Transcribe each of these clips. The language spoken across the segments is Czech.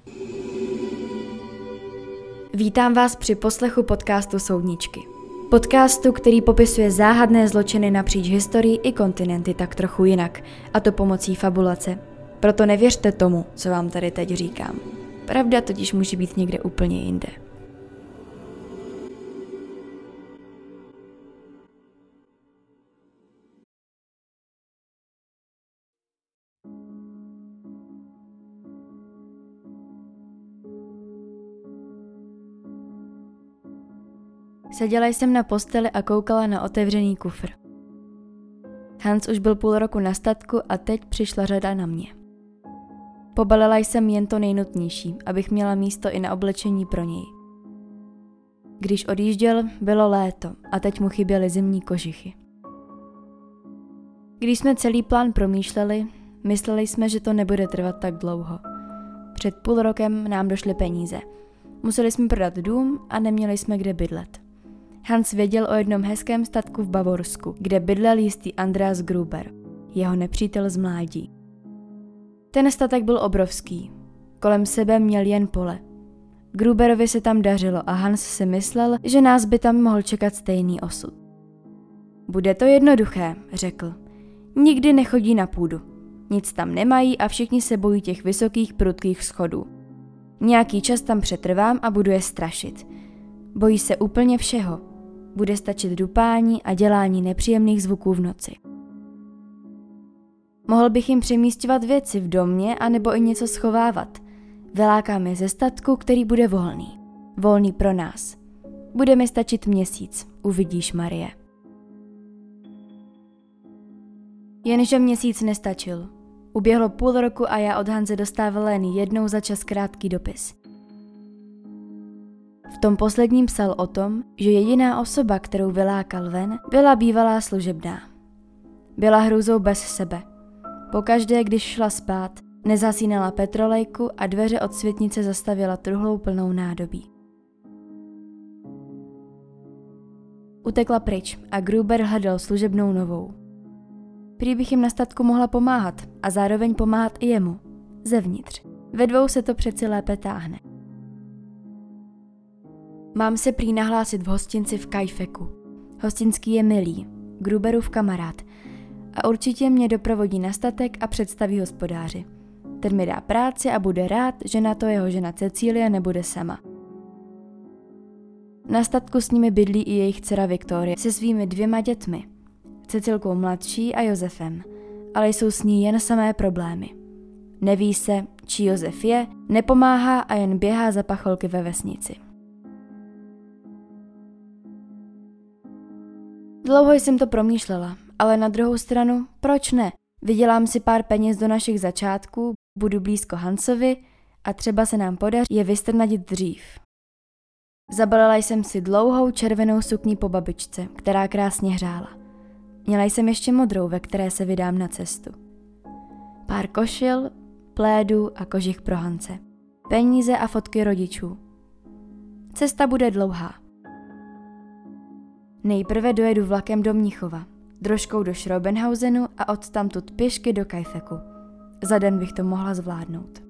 Vítám vás při poslechu podcastu Soudničky. Podcastu, který popisuje záhadné zločiny napříč historií i kontinenty tak trochu jinak, a to pomocí fabulace. Proto nevěřte tomu, co vám tady teď říkám. Pravda totiž může být někde úplně jinde. Seděla jsem na posteli a koukala na otevřený kufr. Hans už byl půl roku na statku a teď přišla řada na mě. Pobalila jsem jen to nejnutnější, abych měla místo i na oblečení pro něj. Když odjížděl, bylo léto a teď mu chyběly zimní kožichy. Když jsme celý plán promýšleli, mysleli jsme, že to nebude trvat tak dlouho. Před půl rokem nám došly peníze. Museli jsme prodat dům a neměli jsme kde bydlet. Hans věděl o jednom hezkém statku v Bavorsku, kde bydlel jistý Andreas Gruber, jeho nepřítel z mládí. Ten statek byl obrovský. Kolem sebe měl jen pole. Gruberovi se tam dařilo a Hans si myslel, že nás by tam mohl čekat stejný osud. Bude to jednoduché, řekl. Nikdy nechodí na půdu. Nic tam nemají a všichni se bojí těch vysokých prudkých schodů. Nějaký čas tam přetrvám a budu je strašit. Bojí se úplně všeho. Bude stačit dupání a dělání nepříjemných zvuků v noci. Mohl bych jim přemísťovat věci v domě anebo i něco schovávat. Vylákám je ze statku, který bude volný. Volný pro nás. Bude mi stačit měsíc, uvidíš, Marie. Jenže měsíc nestačil. Uběhlo půl roku a já od Hanze dostávala jen jednou za čas krátký dopis. V tom posledním psal o tom, že jediná osoba, kterou vylákal ven, byla bývalá služebná. Byla hrůzou bez sebe. Pokaždé, když šla spát, nezasínala petrolejku a dveře od světnice zastavila truhlou plnou nádobí. Utekla pryč a Gruber hledal služebnou novou. Prý bych jim na statku mohla pomáhat a zároveň pomáhat i jemu. Zevnitř. Ve dvou se to přeci lépe táhne. Mám se prý nahlásit v hostinci v Kajfeku. Hostinský je milý, Gruberův kamarád a určitě mě doprovodí na statek a představí hospodáři. Ten mi dá práci a bude rád, že na to jeho žena Cecília nebude sama. Na statku s nimi bydlí i jejich dcera Viktorie se svými 2 dětmi, Cecilkou mladší a Josefem, ale jsou s ní jen samé problémy. Neví se, či Josef je, nepomáhá a jen běhá za pacholky ve vesnici. Dlouho jsem to promýšlela, ale na druhou stranu, proč ne? Vydělám si pár peněz do našich začátků, budu blízko Hansovi a třeba se nám podaří je vystrnadit dřív. Zabalila jsem si dlouhou červenou sukni po babičce, která krásně hřála. Měla jsem ještě modrou, ve které se vydám na cestu. Pár košil, plédů a kožich pro Hance. Peníze a fotky rodičů. Cesta bude dlouhá. Nejprve dojedu vlakem do Mnichova, drožkou do Schrobenhausenu a odtamtud pěšky do Kajfeku. Za den bych to mohla zvládnout.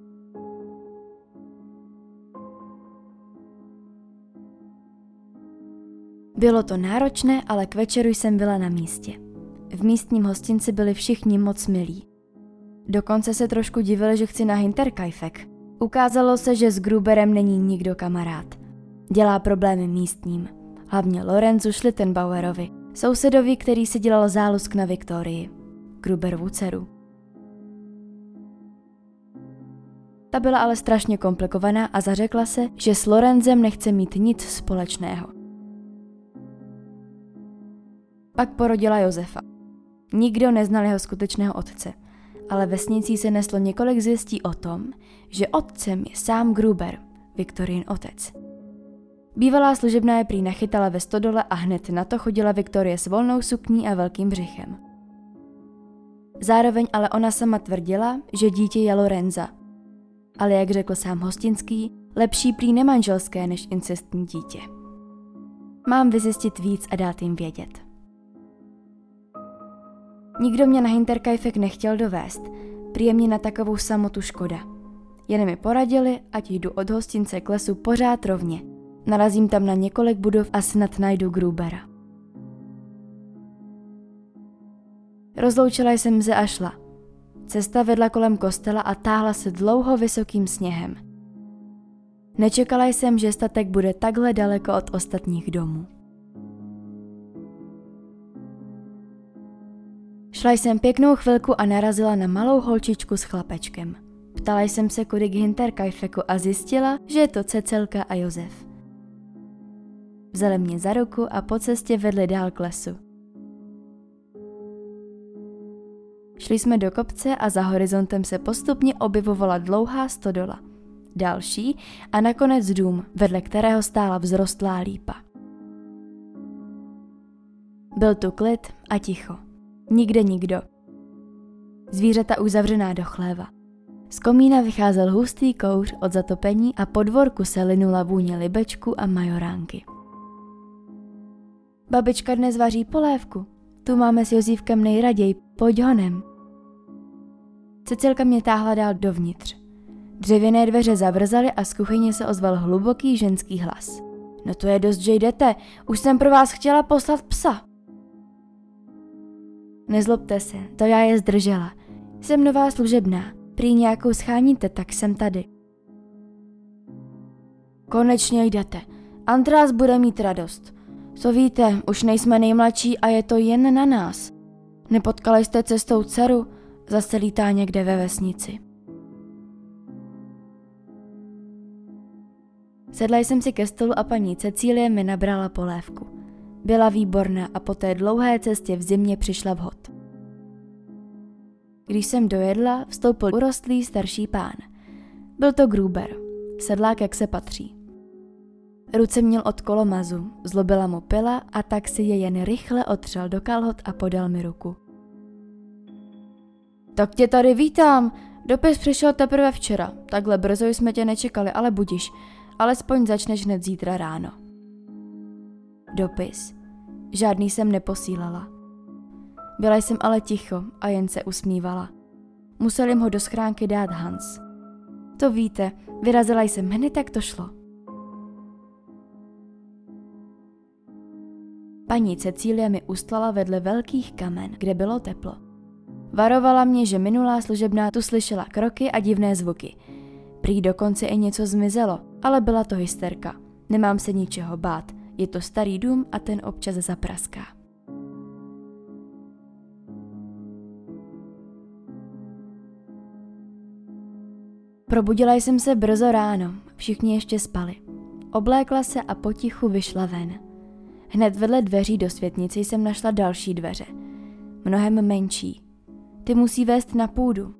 Bylo to náročné, ale k večeru jsem byla na místě. V místním hostinci byli všichni moc milí. Dokonce se trošku divili, že chci na Hinterkaifeck. Ukázalo se, že s Gruberem není nikdo kamarád. Dělá problémy místním. Hlavně Lorenzu Schlittenbauerovi, sousedovi, který si dělal zálusk na Viktorii, Gruberovu dceru. Ta byla ale strašně komplikovaná a zařekla se, že s Lorenzem nechce mít nic společného. Pak porodila Josefa. Nikdo neznal jeho skutečného otce, ale vesnicí se neslo několik zvěstí o tom, že otcem je sám Gruber, Viktorin otec. Bývalá služebná je prý nachytala ve stodole a hned na to chodila Viktorie s volnou sukní a velkým břichem. Zároveň ale ona sama tvrdila, že dítě je Lorenza. Ale jak řekl sám Hostinský, lepší prý nemanželské než incestní dítě. Mám vyzjistit víc a dát jim vědět. Nikdo mě na Hinterkaifeck nechtěl dovést, prý je mě na takovou samotu škoda. Jen mi poradili, ať jdu od hostince k lesu pořád rovně. Narazím tam na několik budov a snad najdu Grubera. Rozloučila jsem se a šla. Cesta vedla kolem kostela a táhla se dlouho vysokým sněhem. Nečekala jsem, že statek bude takhle daleko od ostatních domů. Šla jsem pěknou chvilku a narazila na malou holčičku s chlapečkem. Ptala jsem se, kudy k Hinterkaifeku a zjistila, že je to Cecilka a Josef. Vzali mě za ruku a po cestě vedli dál k lesu. Šli jsme do kopce a za horizontem se postupně objevovala dlouhá stodola. Další a nakonec dům, vedle kterého stála vzrostlá lípa. Byl tu klid a ticho. Nikde nikdo. Zvířata už zavřená do chléva. Z komína vycházel hustý kouř od zatopení a po dvorku se linula vůně libečku a majoránky. Babička dnes vaří polévku. Tu máme s Jozívkem nejraději, pojď honem. Cecilka mě táhla dál dovnitř. Dřevěné dveře zavrzaly a z kuchyně se ozval hluboký ženský hlas. No to je dost, že jdete, už jsem pro vás chtěla poslat psa. Nezlobte se, to já je zdržela. Jsem nová služebná, prý nějakou scháníte, tak jsem tady. Konečně jdete, András bude mít radost. Co víte, už nejsme nejmladší a je to jen na nás. Nepotkali jste cestou dceru, zase lítá někde ve vesnici. Sedla jsem si ke stolu a paní Cecílie mi nabrala polévku. Byla výborná a po té dlouhé cestě v zimě přišla vhod. Když jsem dojedla, vstoupil urostlý starší pán. Byl to Gruber, sedlák jak se patří. Ruce měl od kolomazu, zlobila mu pila a tak si je jen rychle otřel do kalhot a podal mi ruku. Tak tě tady vítám, dopis přišel teprve včera, takhle brzo jsme tě nečekali, ale budiš, alespoň začneš hned zítra ráno. Dopis. Žádný jsem neposílala. Byla jsem ale ticho a jen se usmívala. Musel jim ho do schránky dát Hans. To víte, vyrazila jsem hned, jak to šlo. Paní Cecílie mi ustlala vedle velkých kamen, kde bylo teplo. Varovala mě, že minulá služebná tu slyšela kroky a divné zvuky. Prý dokonce i něco zmizelo, ale byla to hysterka. Nemám se ničeho bát, je to starý dům a ten občas zapraská. Probudila jsem se brzo ráno, všichni ještě spali. Oblékla se a potichu vyšla ven. Hned vedle dveří do světnice jsem našla další dveře. Mnohem menší. Ty musí vést na půdu.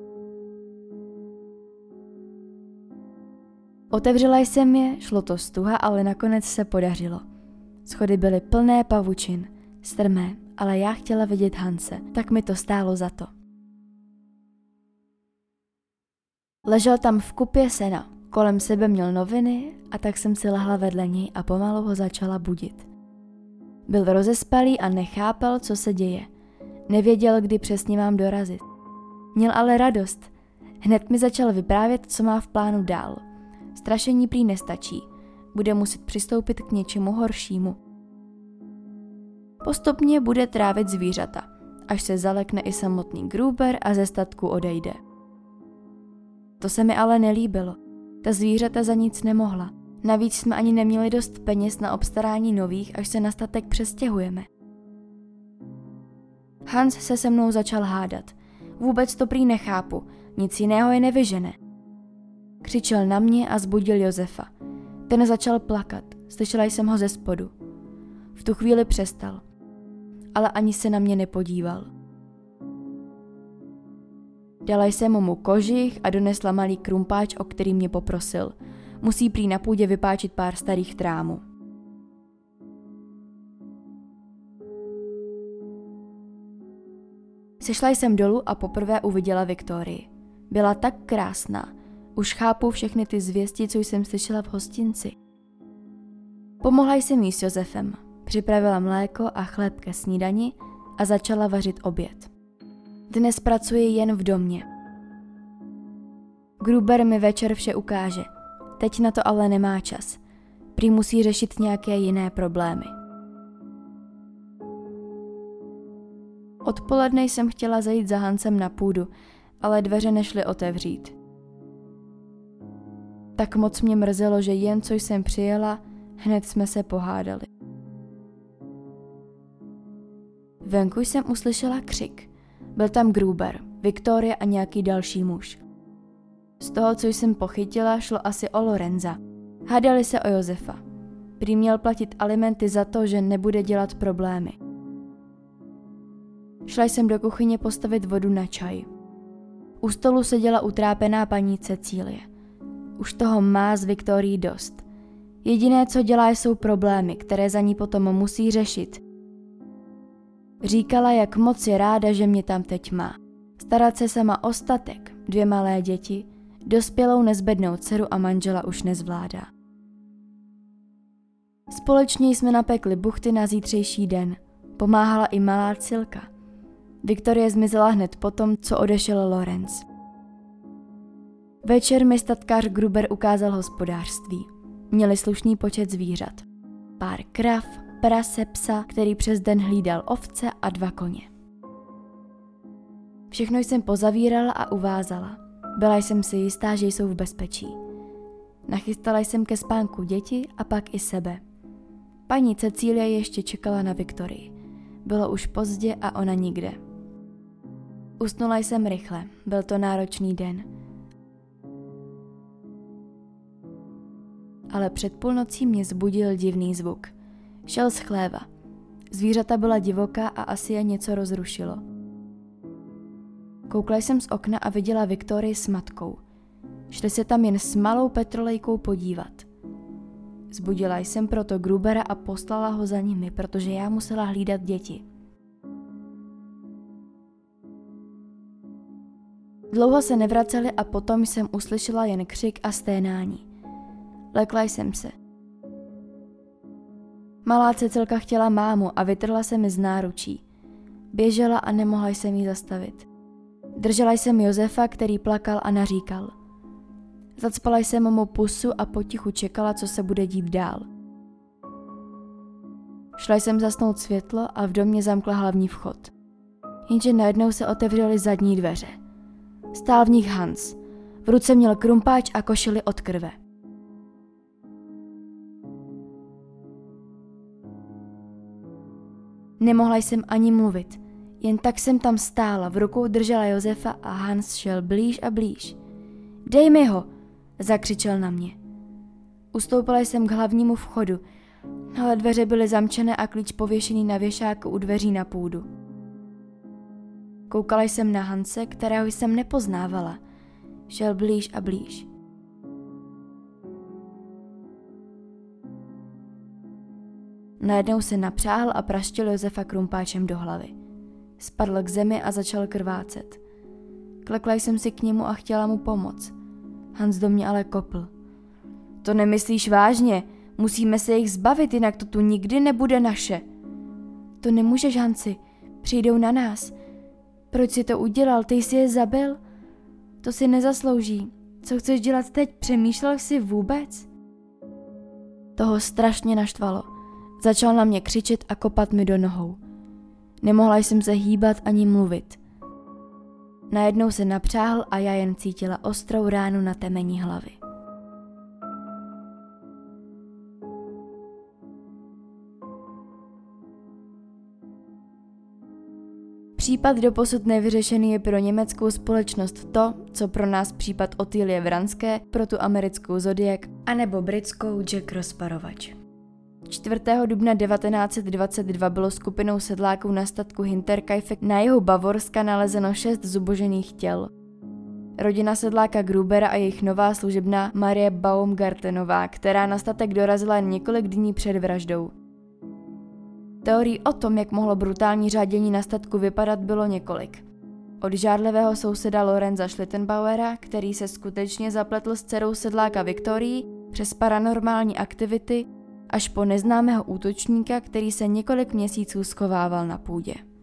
Otevřela jsem je, šlo to stuha, ale nakonec se podařilo. Schody byly plné pavučin, strmé, ale já chtěla vidět Hanse, tak mi to stálo za to. Ležel tam v kupě sena, kolem sebe měl noviny a tak jsem si lehla vedle něj a pomalu ho začala budit. Byl rozespalý a nechápal, co se děje. Nevěděl, kdy přesně mám dorazit. Měl ale radost. Hned mi začal vyprávět, co má v plánu dál. Strašení prý nestačí. Bude muset přistoupit k něčemu horšímu. Postupně bude trávit zvířata, až se zalekne i samotný Gruber a ze statku odejde. To se mi ale nelíbilo. Ta zvířata za nic nemohla. Navíc jsme ani neměli dost peněz na obstarání nových, až se na statek přestěhujeme. Hans se se mnou začal hádat. Vůbec to prý nechápu, nic jiného je nevyžene. Křičel na mě a zbudil Josefa. Ten začal plakat, slyšela jsem ho ze spodu. V tu chvíli přestal, ale ani se na mě nepodíval. Dala jsem mu kožich a donesla malý krumpáč, o který mě poprosil. Musí prý na půdě vypáčit pár starých trámů. Sešla jsem dolů a poprvé uviděla Viktorii. Byla tak krásná. Už chápu všechny ty zvěsti, co jsem slyšela v hostinci. Pomohla jsem jí s Josefem. Připravila mléko a chléb ke snídani a začala vařit oběd. Dnes pracuji jen v domě. Gruber mi večer vše ukáže. Teď na to ale nemá čas. Prý musí řešit nějaké jiné problémy. Odpoledne jsem chtěla zajít za Hansem na půdu, ale dveře nešly otevřít. Tak moc mě mrzelo, že jen co jsem přijela, hned jsme se pohádali. Venku jsem uslyšela křik. Byl tam Gruber, Viktorie a nějaký další muž. Z toho, co jsem pochytila, šlo asi o Lorenza. Hádali se o Josefa. Prý měl platit alimenty za to, že nebude dělat problémy. Šla jsem do kuchyně postavit vodu na čaj. U stolu seděla utrápená paní Cecílie. Už toho má z Viktorií dost. Jediné, co dělá, jsou problémy, které za ní potom musí řešit. Říkala, jak moc je ráda, že mě tam teď má. Starat se sama o statek, 2 malé děti, dospělou nezbednou dceru a manžela už nezvládá. Společně jsme napekli buchty na zítřejší den. Pomáhala i malá Cilka. Viktorie zmizela hned potom, co odešel Lorenz. Večer mi statkář Gruber ukázal hospodářství. Měli slušný počet zvířat. Pár krav, prase, psa, který přes den hlídal ovce a 2 koně. Všechno jsem pozavírala a uvázala. Byla jsem si jistá, že jsou v bezpečí. Nachystala jsem ke spánku děti a pak i sebe. Paní Cecílie ještě čekala na Viktorii. Bylo už pozdě a ona nikde. Usnula jsem rychle, byl to náročný den. Ale před půlnocí mě zbudil divný zvuk. Šel z chléva. Zvířata byla divoká a asi je něco rozrušilo. Koukla jsem z okna a viděla Viktorii s matkou. Šli se tam jen s malou petrolejkou podívat. Zbudila jsem proto Grubera a poslala ho za nimi, protože já musela hlídat děti. Dlouho se nevraceli a potom jsem uslyšela jen křik a sténání. Lekla jsem se. Malá Cecilka chtěla mámu a vytrhla se mi z náručí. Běžela a nemohla jsem jí zastavit. Držela jsem Josefa, který plakal a naříkal. Zacpala jsem mu pusu a potichu čekala, co se bude dít dál. Šla jsem zasnout světlo a v domě zamkla hlavní vchod. Jenže najednou se otevřely zadní dveře. Stál v nich Hans. V ruce měl krumpáč a košili od krve. Nemohla jsem ani mluvit. Jen tak jsem tam stála, v rukou držela Josefa a Hans šel blíž a blíž. Dej mi ho, zakřičel na mě. Ustoupila jsem k hlavnímu vchodu, ale dveře byly zamčené a klíč pověšený na věšáku u dveří na půdu. Koukala jsem na Hanse, kterého jsem nepoznávala. Šel blíž a blíž. Najednou se napřáhl a praštil Josefa krumpáčem do hlavy. Spadl k zemi a začal krvácet. Klekla jsem si k němu a chtěla mu pomoct. Hans do mě ale kopl. To nemyslíš vážně, musíme se jich zbavit, jinak to tu nikdy nebude naše. To nemůžeš, Hansi, přijdou na nás. Proč jsi to udělal, ty jsi je zabil? To si nezaslouží. Co chceš dělat teď, přemýšlel jsi vůbec? Toho strašně naštvalo. Začal na mě křičet a kopat mi do nohou. Nemohla jsem se hýbat ani mluvit. Najednou se napřáhl a já jen cítila ostrou ránu na temeni hlavy. Případ doposud nevyřešený je pro německou společnost to, co pro nás případ Otýlie Vranské, pro tu americkou Zodiac, anebo britskou Jack Rozparovač. 4. dubna 1922 bylo skupinou sedláků na statku Hinterkaifeck na jihu Bavorska nalezeno 6 zubožených těl. Rodina sedláka Grubera a jejich nová služebná Marie Baumgartenová, která na statek dorazila jen několik dní před vraždou. Teorií o tom, jak mohlo brutální řádění na statku vypadat, bylo několik. Od žárlivého souseda Lorenza Schlittenbauera, který se skutečně zapletl s dcerou sedláka Viktorií, přes paranormální aktivity, až po neznámého útočníka, který se několik měsíců schovával na půdě.